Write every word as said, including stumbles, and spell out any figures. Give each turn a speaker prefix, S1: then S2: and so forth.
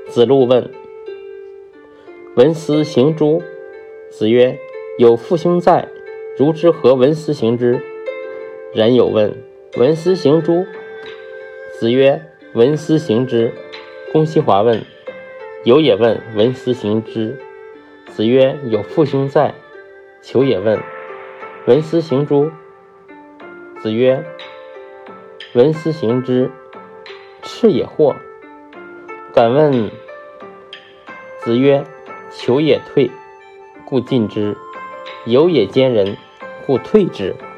S1: 子路问：文思行诸？子曰：有父兄在，如之何文思行之？冉有问：文思行诸？子曰：文思行之。公西华问：有也问：文思行之？子曰：有父兄在。求也问：文思行诸？子曰：文思行之。赤也惑，敢问。子曰：求也退，故进之；有也兼人，故退之。